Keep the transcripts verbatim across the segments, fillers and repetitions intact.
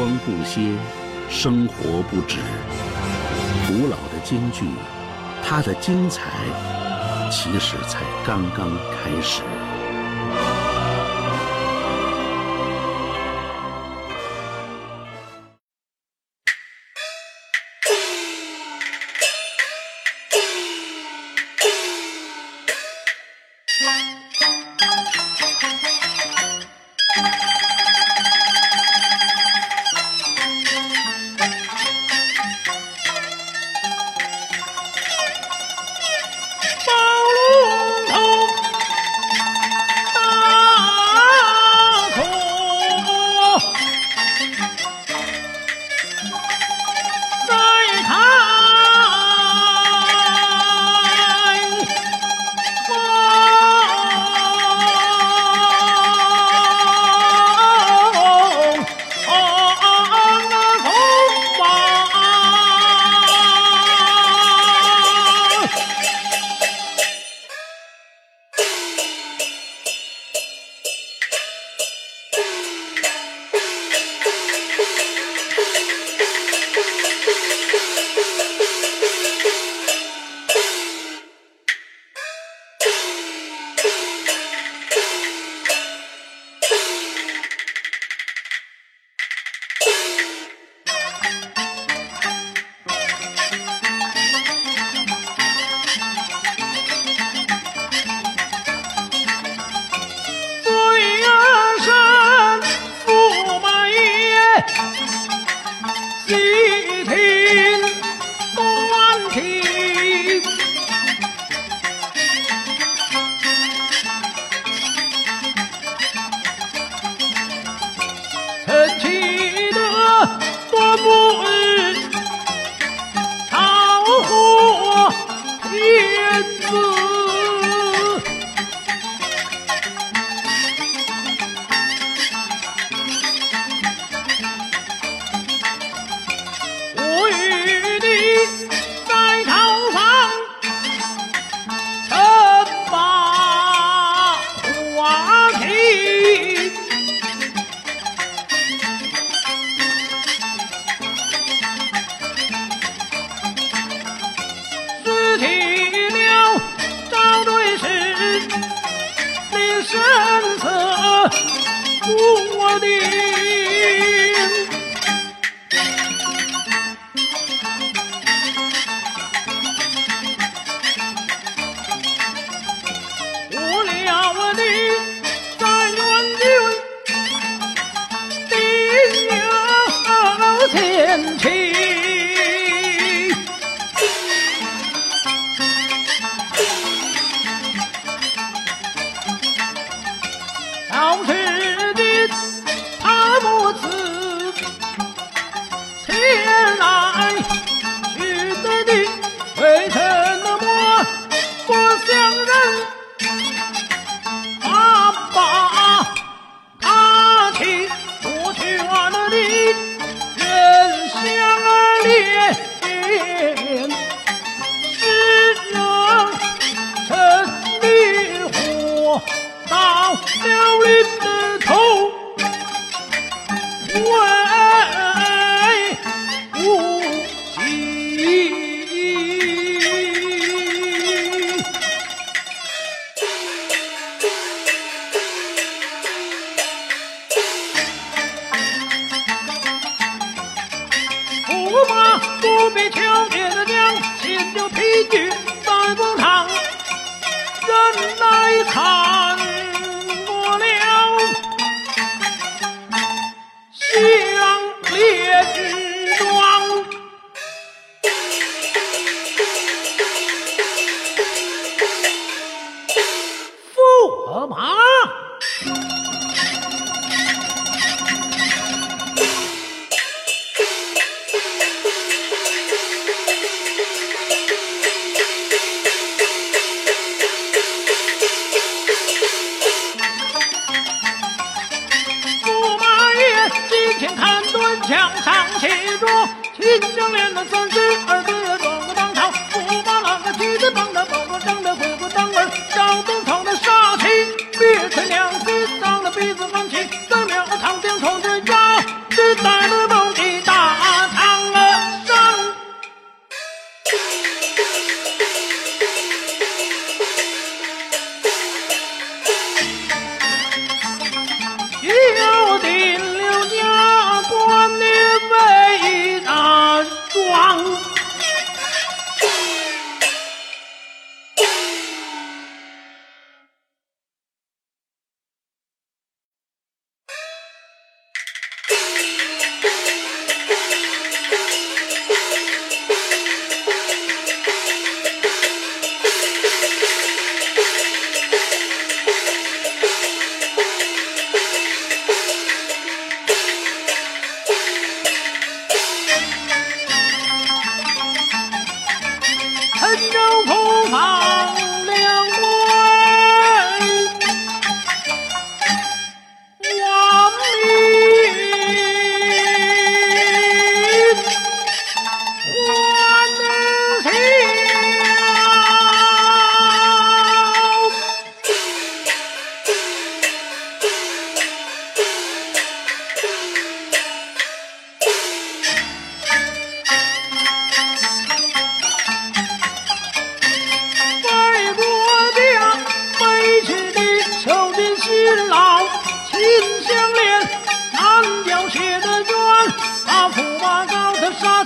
光不歇，生活不止。古老的京剧，它的精彩其实才刚刚开始。 秦香莲的三十二个装个当朝，驸马郎的举子帮的包罗长的回不当儿，赵东朝的杀气，别吹娘子长了鼻子弯起，三秒堂顶冲着家，只带了。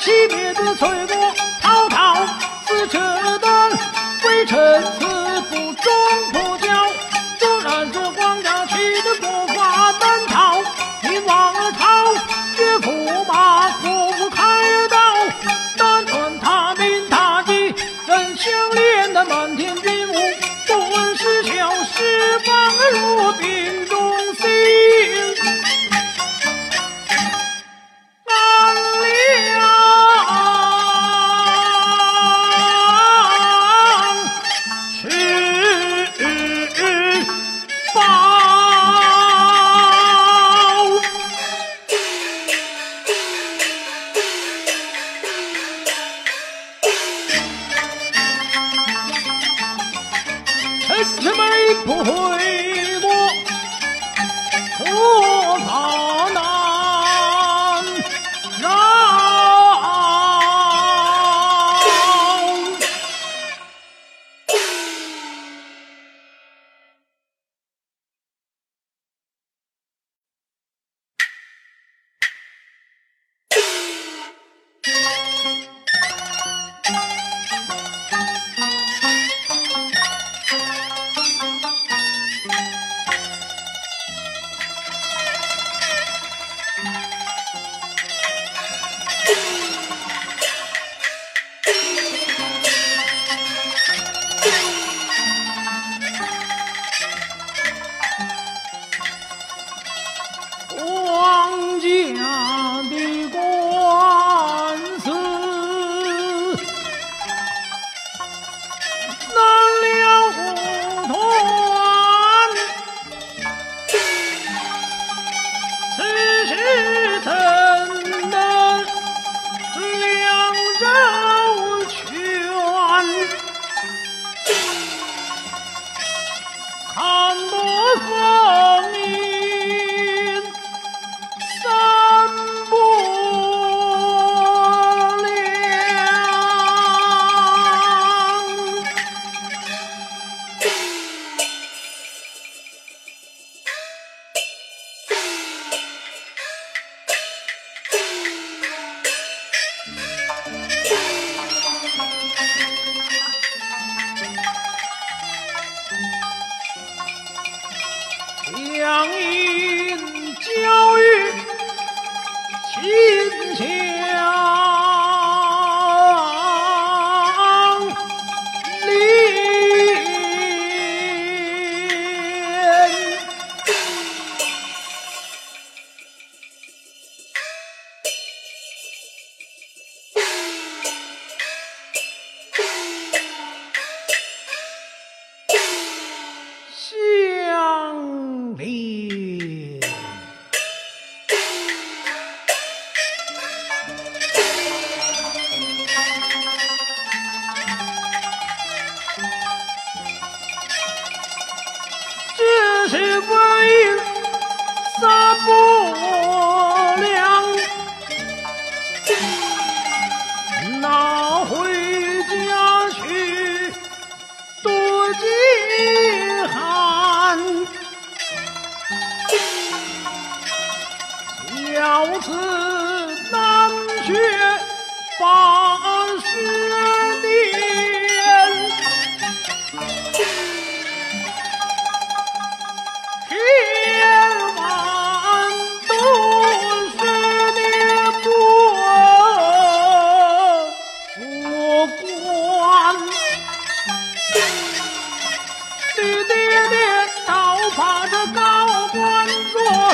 起灭的崔国，滔滔四车灯，微臣此不忠不教，纵然是皇家起的国法难逃，你王而逃，岳驸马夫妇开刀，但传他名他迹，人相连的满天军务，不问是小是方入兵中心。臣臣们不回国，国法难饶。皇家的官司难了无端，此事怎能两周全？看多风云三不良，强引教育秦腔连，相连。只是为三不良，拿回家去多饥寒，小子难学八十年，天晚都是你不过关，你爹爹倒怕这高官做，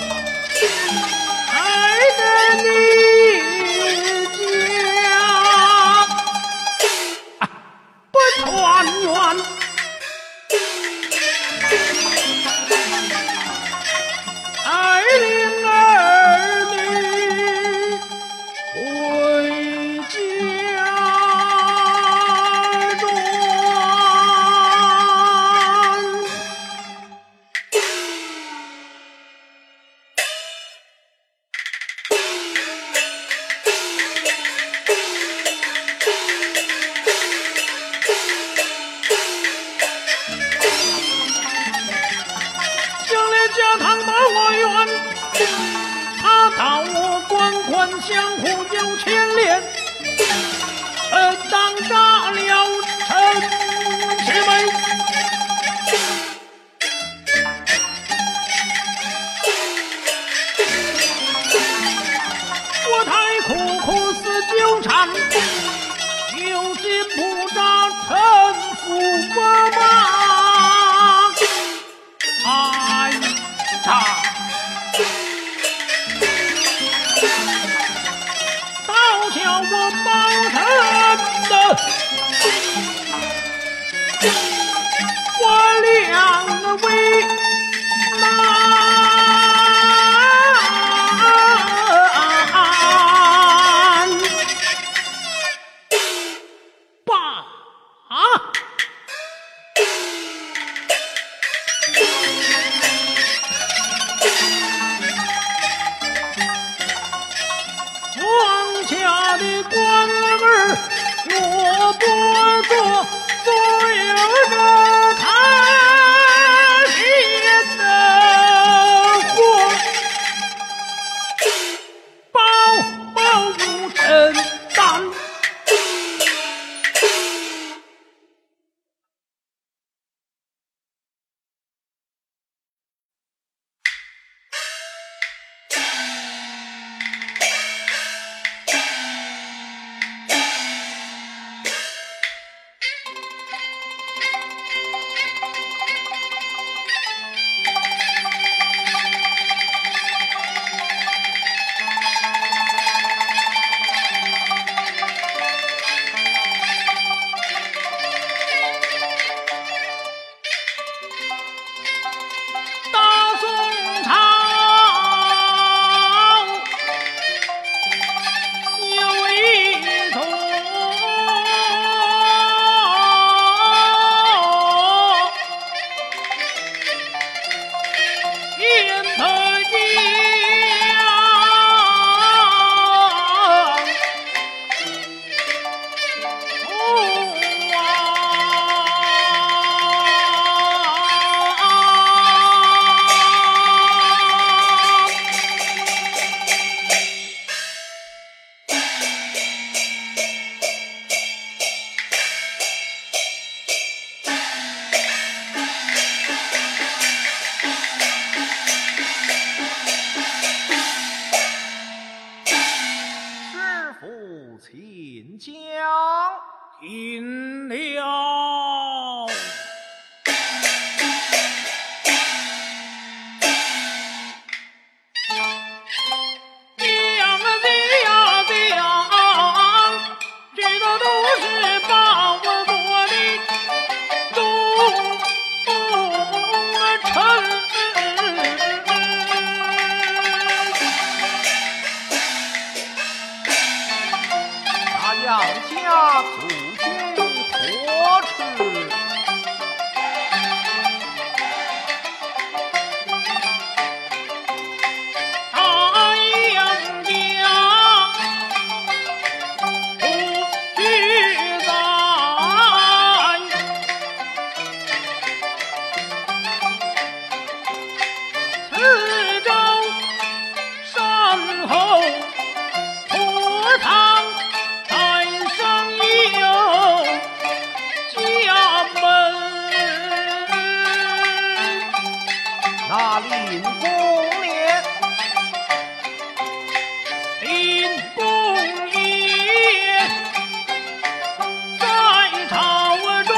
害得你家不团圆。爱令儿女回家转， 官相互有牵连，臣当杀了陈世美。我太苦苦思纠缠，有心不扎臣服我马。哎呀！倒叫我保臣的，我两为难。皇家的官儿我不做，所有的他写的话，包包无承担。 请讲。 听了。讲啊讲讲，这个都是报国的忠臣。 杨家祖先何处？ 太阳家不惧在，四周山后坡塘。 那林公年， 林公爷在朝中，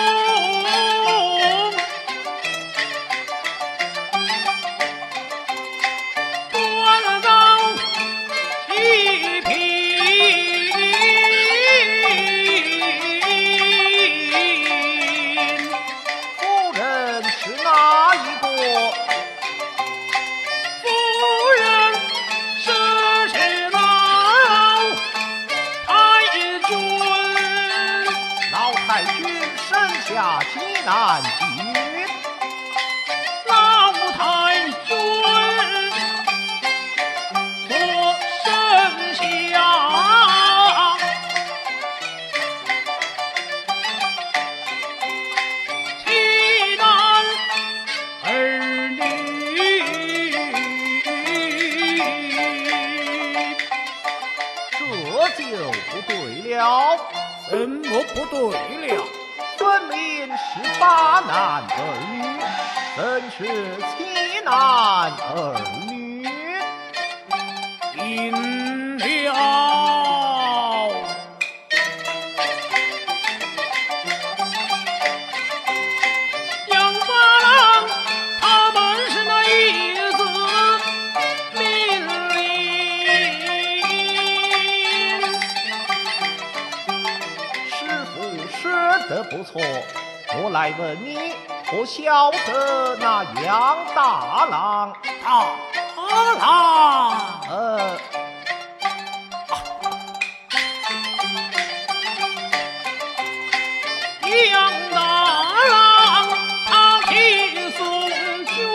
官高七品， 夫人是哪一个？下济南郡， 老太君所生下，七男儿女， 了？ 怎么不对了？ 分明是八男二女，怎是七男二女？ 赢了！杨八郎他们是那一子命令， 师傅说得不错，我来问你，可晓得那杨大郎？ 大郎， 呃， 杨大郎他替宋军，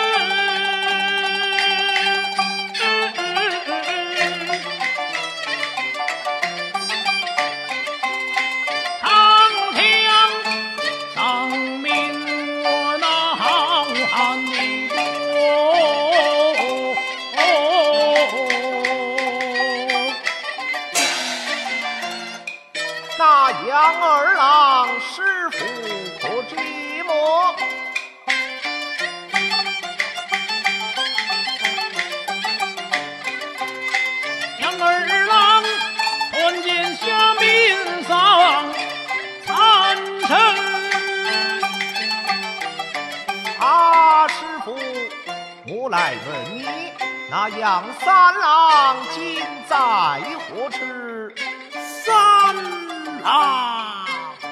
长江上明我那浩瀚的国。 那杨二郎师傅可知么？ 杨二郎团见下面上参城， 啊，师傅，我来问你，那杨三郎今在何处？ 三郎。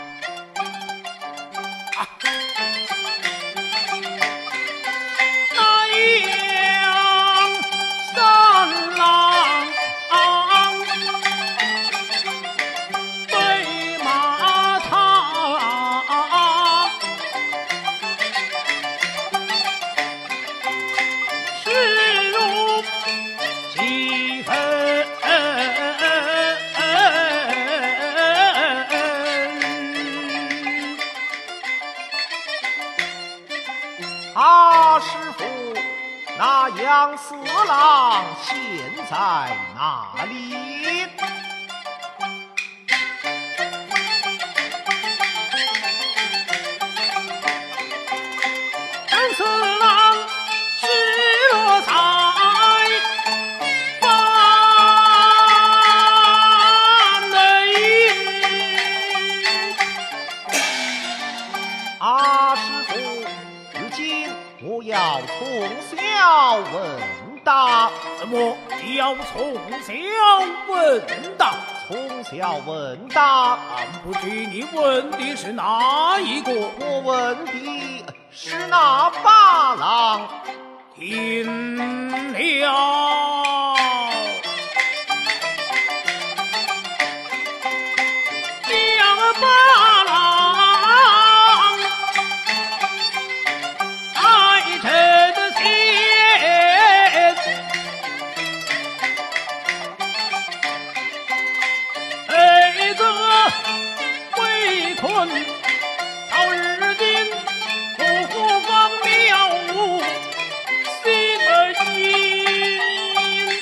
那杨三郎被马踏，势如棋逢。 啊，师傅，那杨四郎现在哪里？ 杨四郎失落在范内。 啊，师傅，如今我要从小问答。 怎么要从小问答？ 从小问答， 俺不知你问的是哪一个？ 我问的是那八郎。 听了。杨八郎在城前，陪着围困到日今，不复方妙无心而因。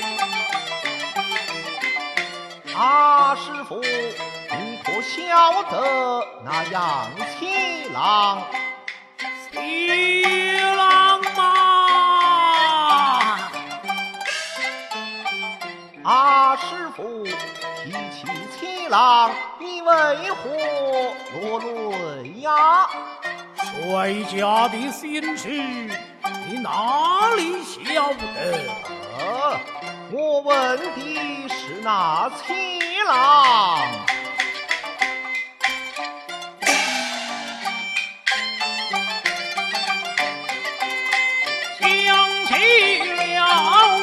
啊，师傅，你可晓得那杨七郎？ 七郎嘛， 啊，师傅，提起七郎，你为何落泪呀？ 衰家的心事，你哪里晓得？ 呃，我问的是那七郎。 想起了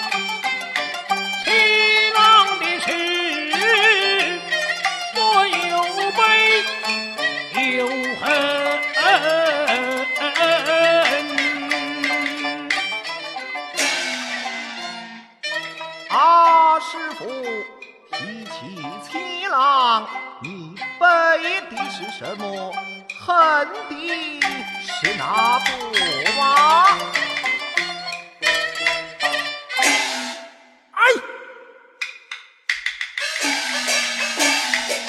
七郎的事，我又悲又恨。 啊，师傅，提起七郎，你背的是什么？恨的是那驸马？ 哎，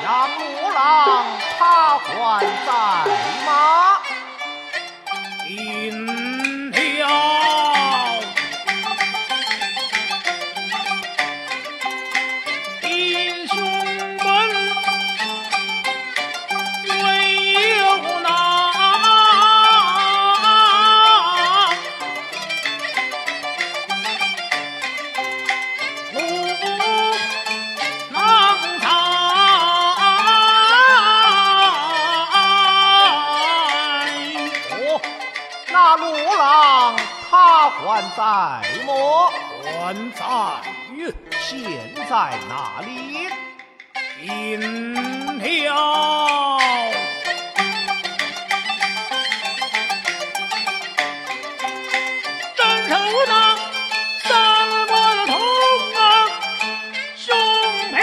让母郎他还在马。 银条，弟兄们，唯有那母郎才。 哦，那陆郎他还在么？ 还在于现在哪里？ 银条。镇守那三国的同啊，兄弟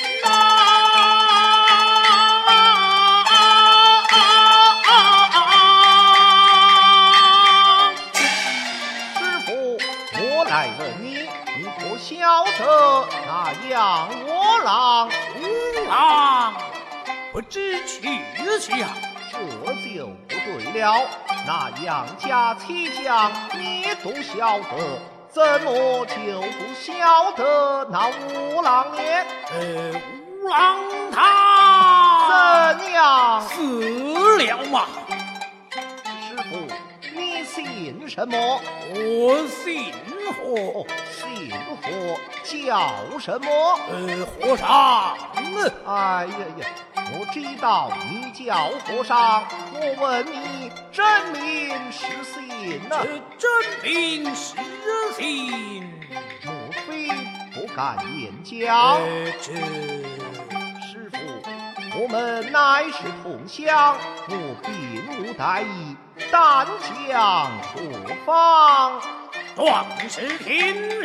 呐！ 师傅，我来问你，你可晓得那杨窝郎？ 五郎不知去向， 这就不对了。那杨家七将你都晓得，怎么就不晓得那五郎呢？ 呃，五郎他怎样？ 死了嘛？ 师傅，你姓什么？ 我姓何哦，，姓何，叫什么？ 呃，和尚。 哎呀呀，我知道你叫和尚，我问你真名实姓呢、 这真名实姓。 莫非不敢言讲？ 呃，这师傅，我们乃是同乡，我并无大意，但讲何方？ 壮士听了。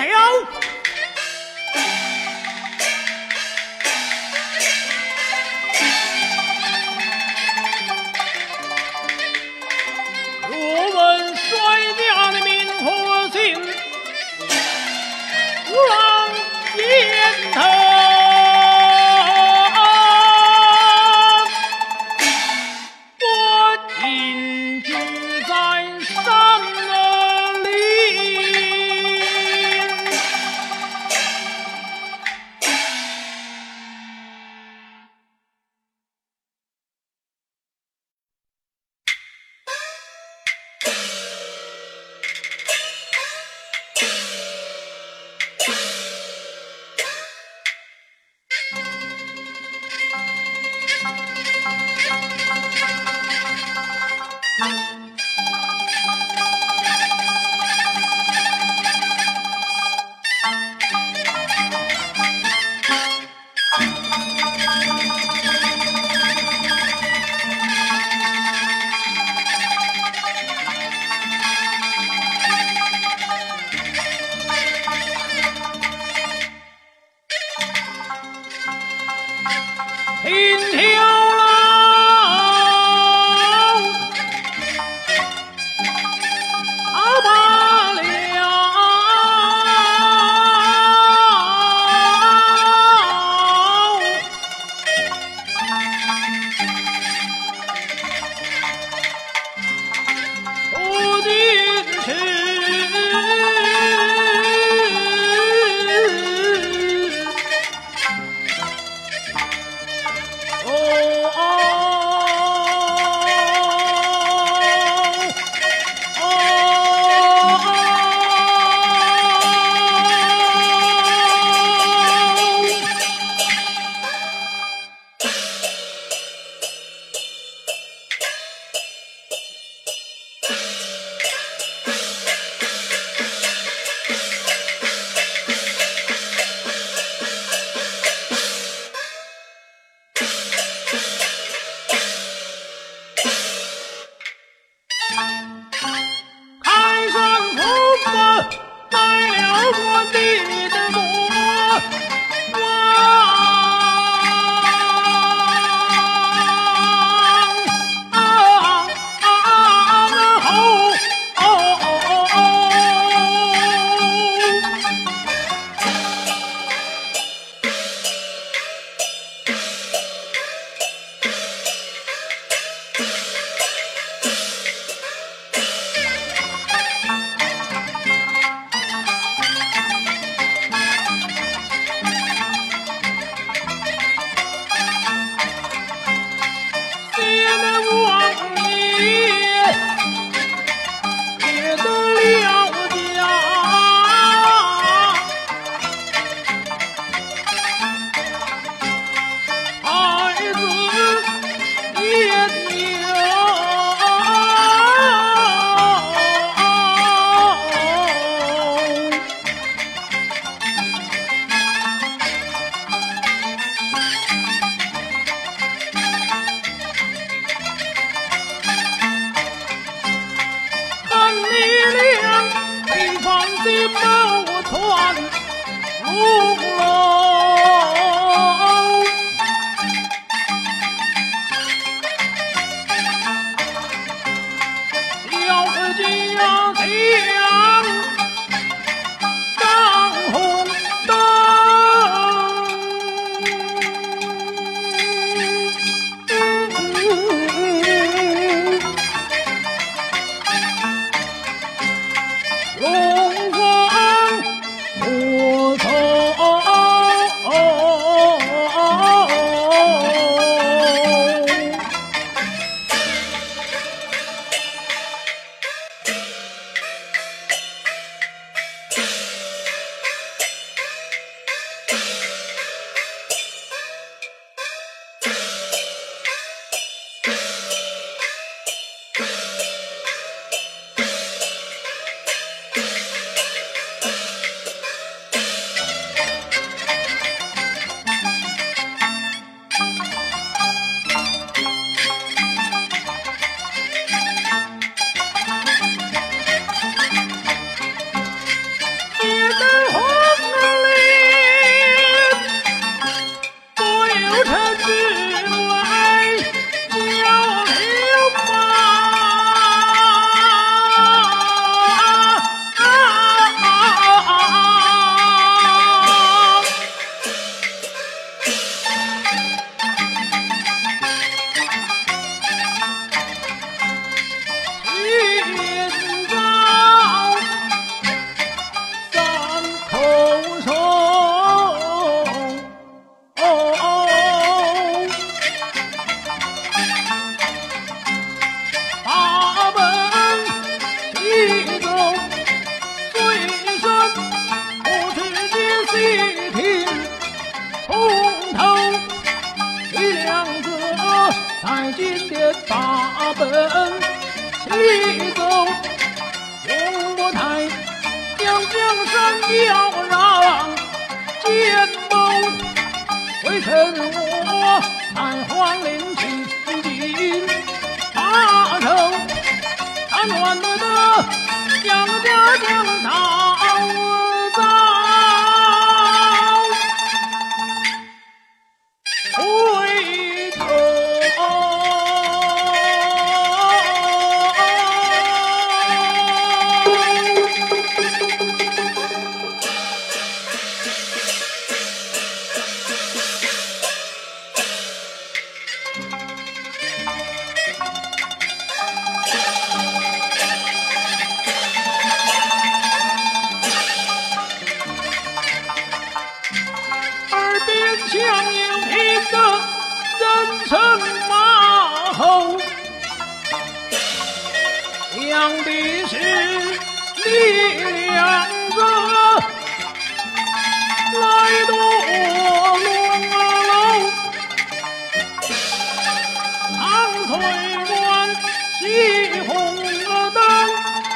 若问帅家的名和姓，五郎言头，我隐居在山林。听条郎，他罢了。不定是开山铺子埋了我弟的魔王，啊吼心谋传龙楼。小儿家乡张红灯，荣光不从。在金殿八本齐奏，永国台将江山要让奸谋，微臣我在皇陵亲近八城，安暖的江家江草造。回头耳边响应听得人称马后，想必是李两个来夺龙楼，唐翠关熄红灯，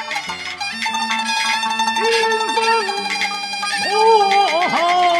云峰破后。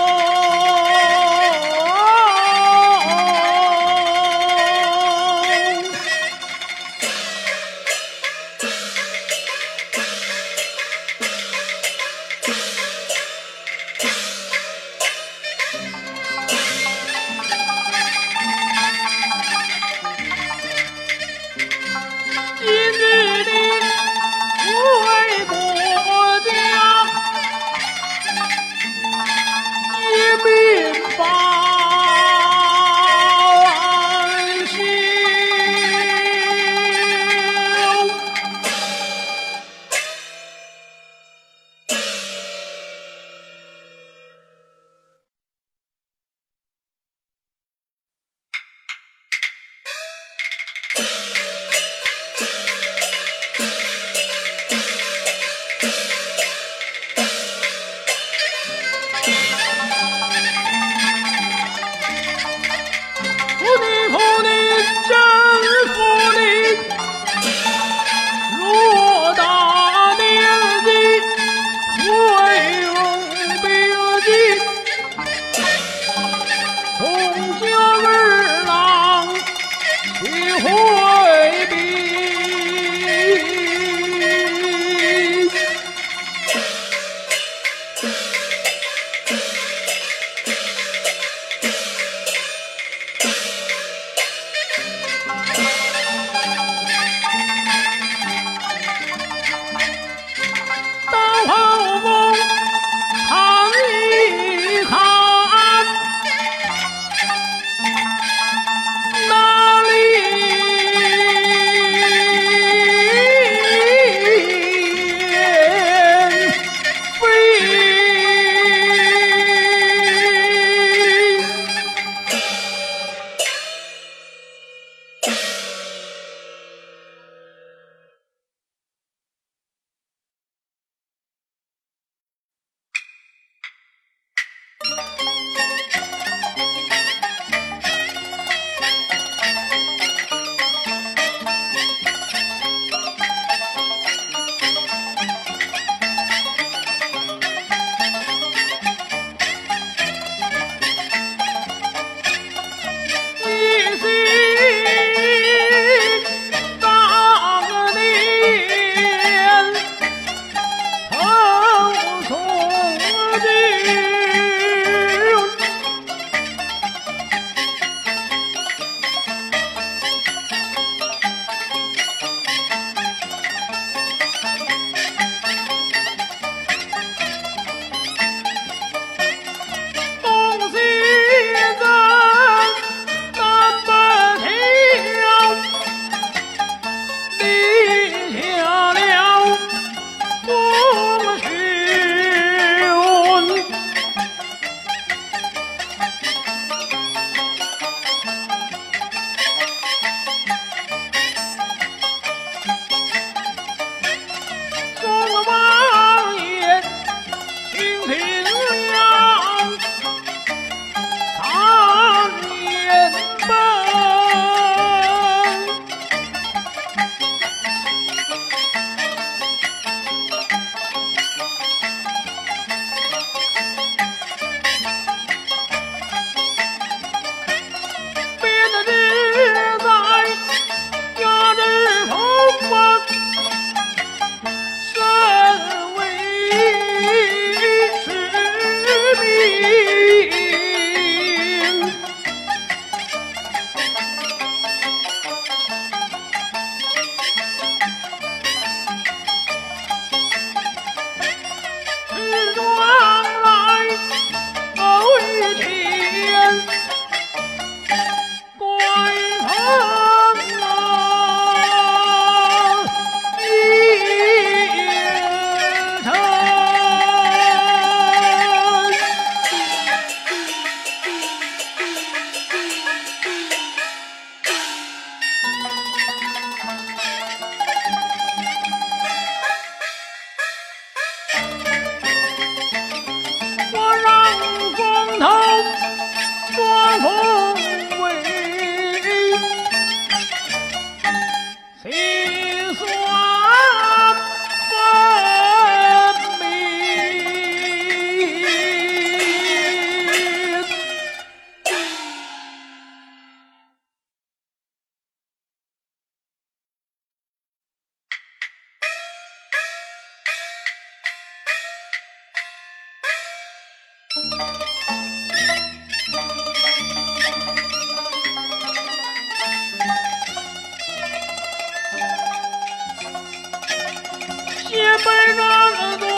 先被让座，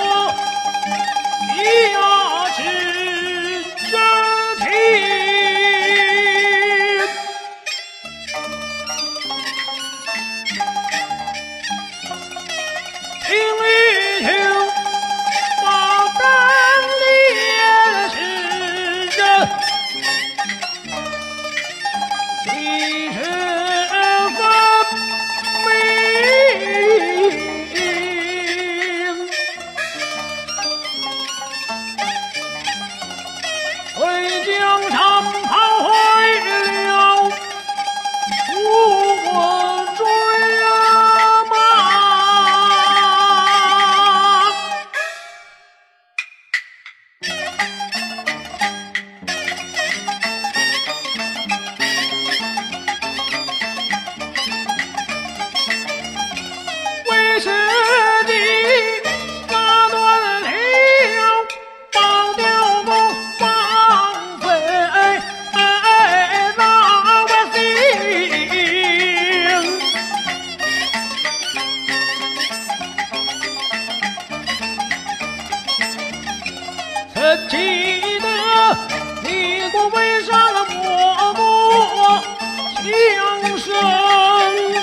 牙齿真甜。听一听，把干烈是人，其实分明。回疆长跑回了吴国追马。为时机打断了保雕工放飞老百姓，曾记得你国为上了我国强盛。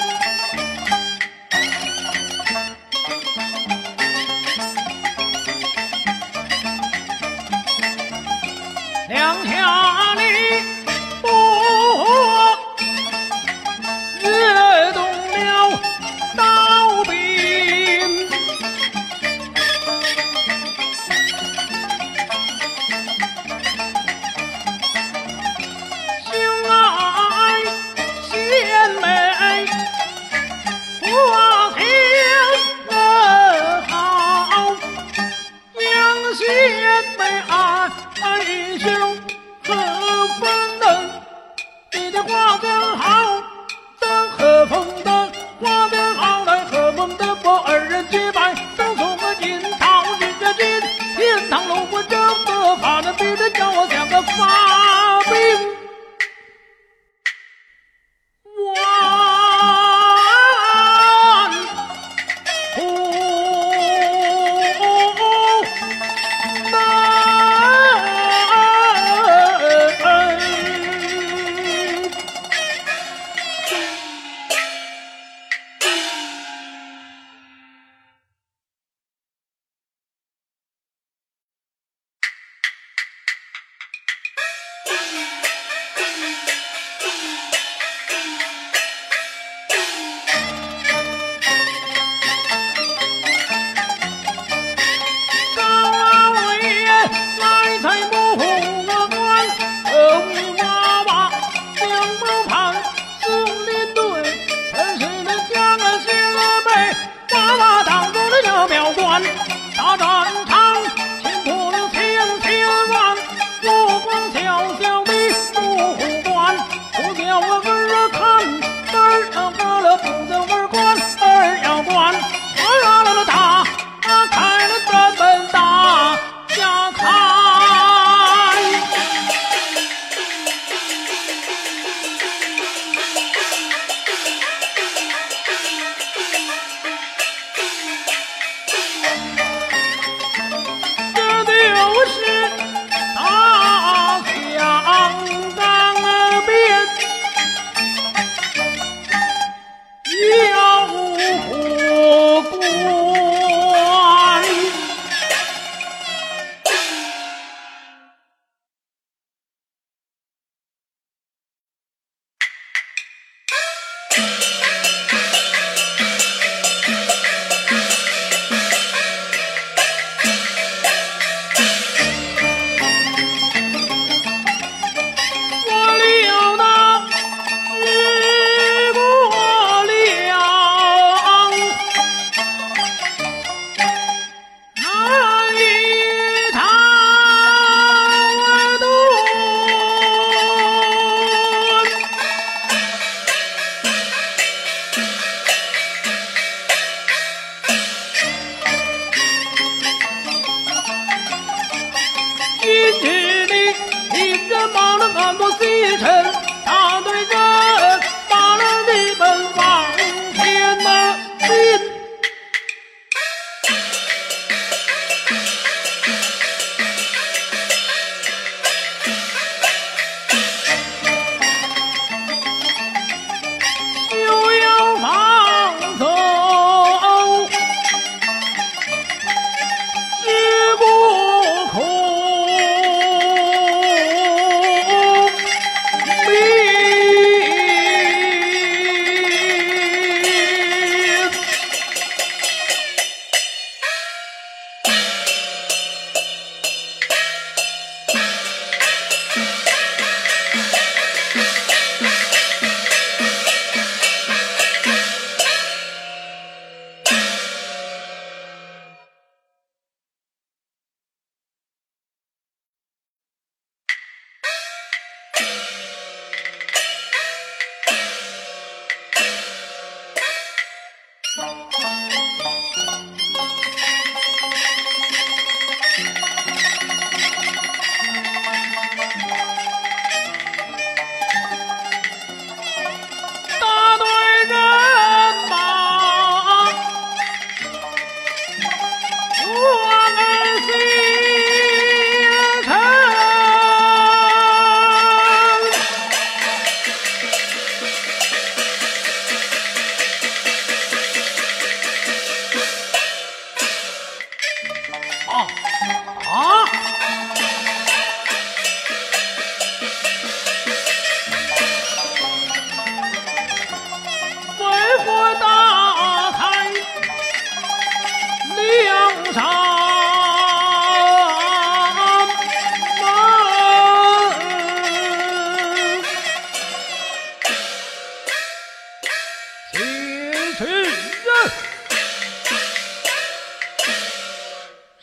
两下里不跃动了刀兵，兄爱贤美，花香人好，杨贤美爱。英雄何风能？你的花真好，等何风的花真好来，何风的不二人结拜，等送个金桃日着金，天堂龙魂争个法，那逼得叫我像个发兵。大战场，擒捕了千千万，目光小小的五虎关，不叫我儿啊看，儿要喝了不叫儿关，儿要关，儿啊啦啦打，开了专门打下开。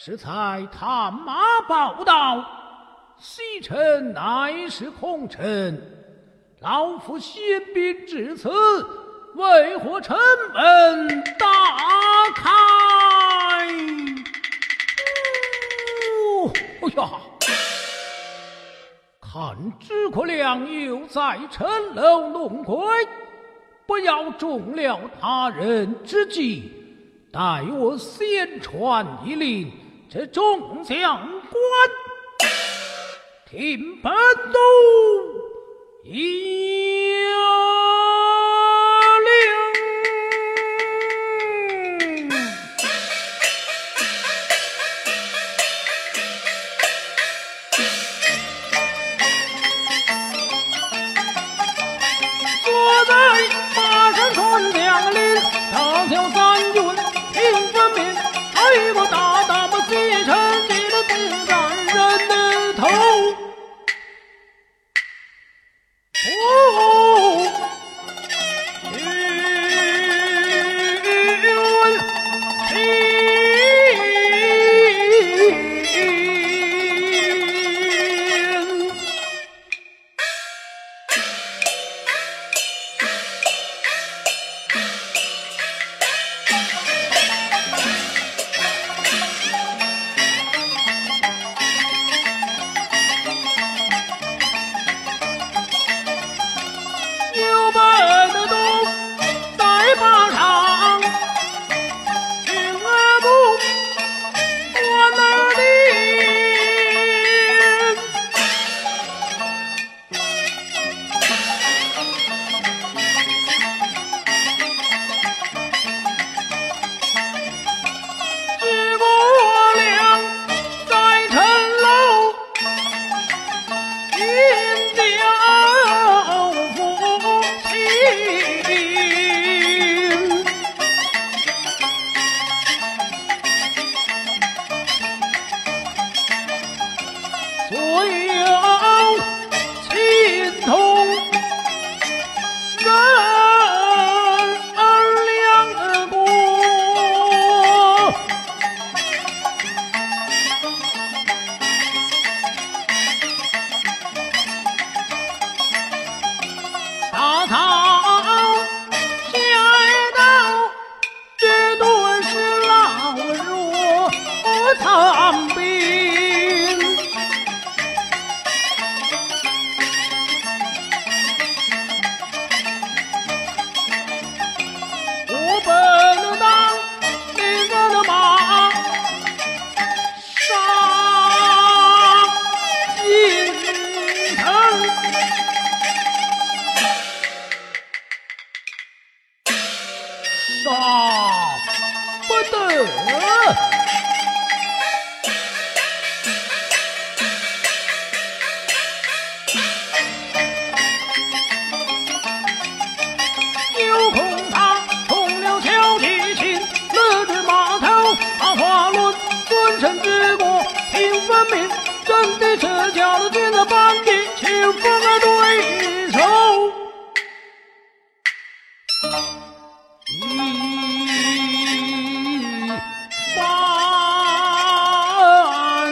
适才探马报道，西城乃是空城，老夫先兵至此，为何城门大开？哦，哎呀！看诸葛亮又在城楼弄鬼，不要中了他人之计，待我先传一令，这众将官听本督一令。坐在马上传将令，大小三军听分明，还我大大把西城记了定战人的头。哦，有本的东在马场，云儿不我那里。诸葛亮在城楼引交夫亲，所有亲同人儿两国，大唐下道绝对是老弱残兵，我本能当领着的马上京城。杀不得！有空他冲了乔其秦，勒至码头把花轮，尊臣之国听分明，真的撤销了金的班底，请封儿对手。一般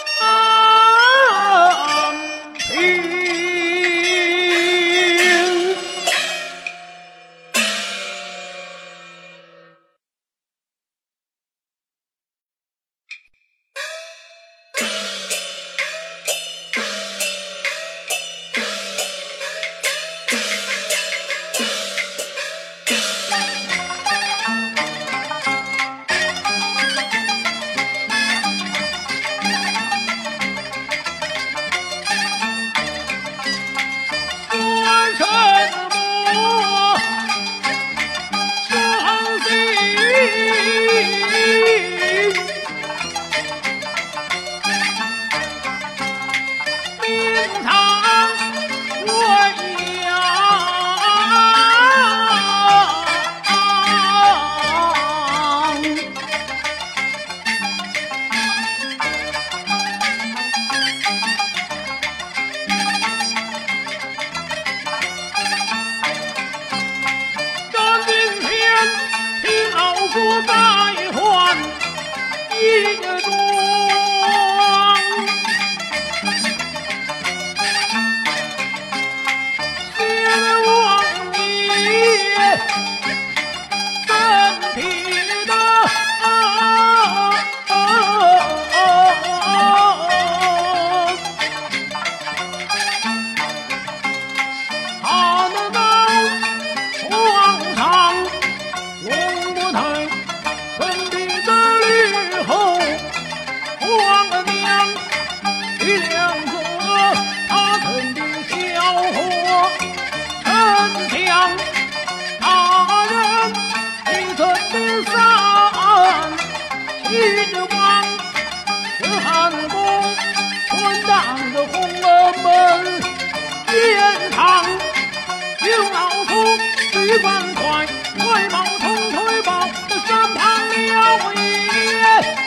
平。什么伤心？明堂为阳，说再还一个钟。 李良子他曾定小伙丞相，大人你曾定三齐之王是汉宫存档的红楼门殿堂，有老夫举官快，快马同推报的身旁了也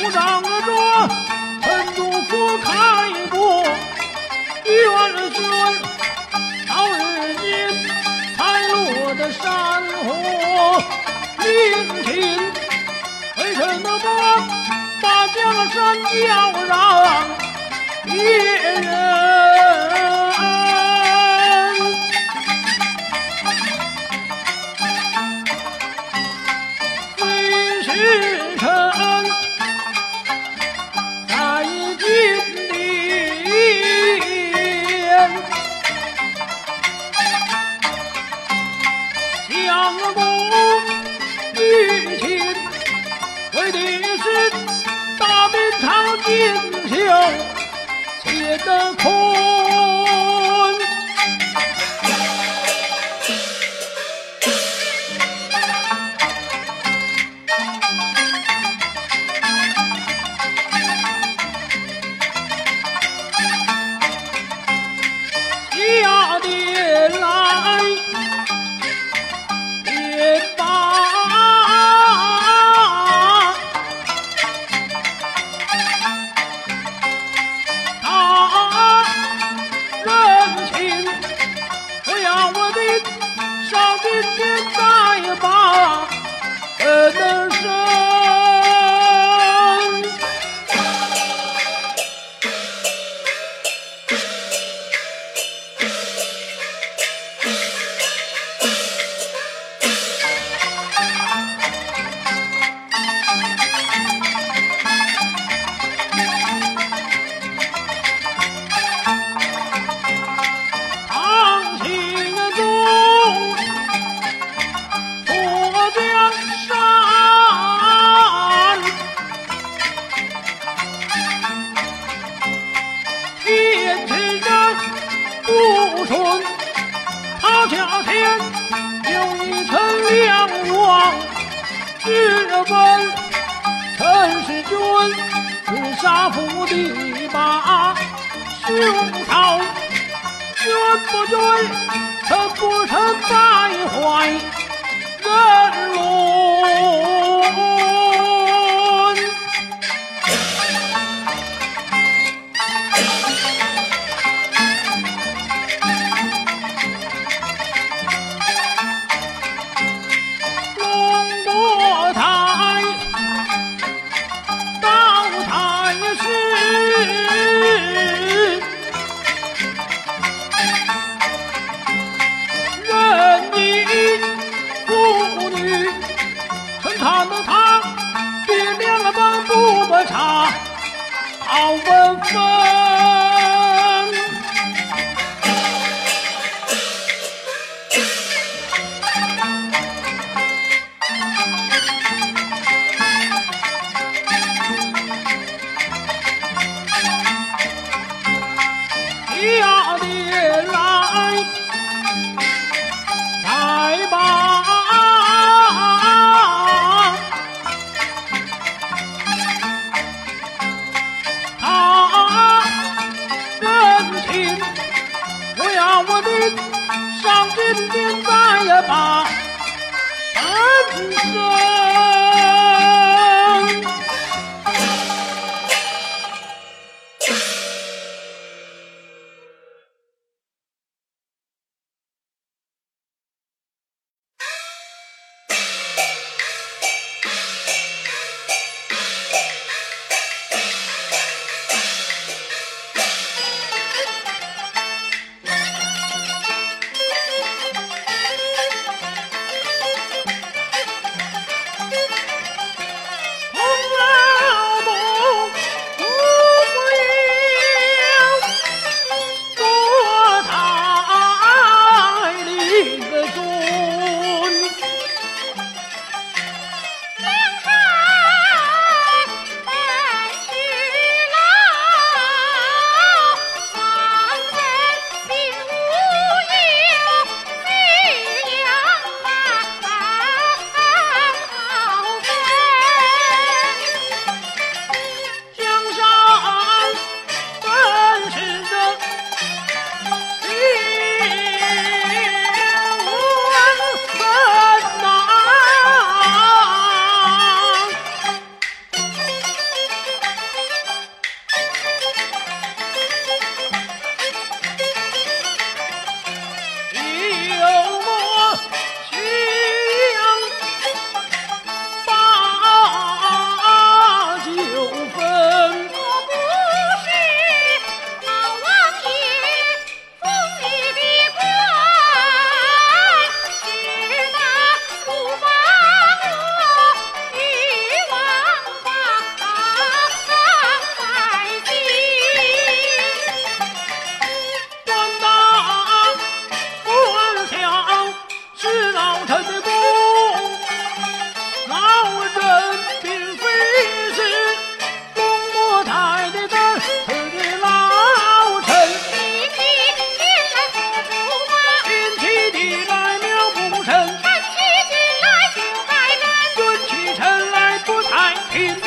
鼓掌着，陈祖福开过元轩，到日间才落的山河灵琴，微臣的光把江山交让别人。英雄谢德坤，下殿来也罢。今天再把人的生，唐钦宗他家天有一臣梁王质问陈世君，自杀府地把凶曹，冤不冤？臣不臣败坏人伦。看得他比两帮不不差，好文风。下殿来再把我的上金殿再把人生。 天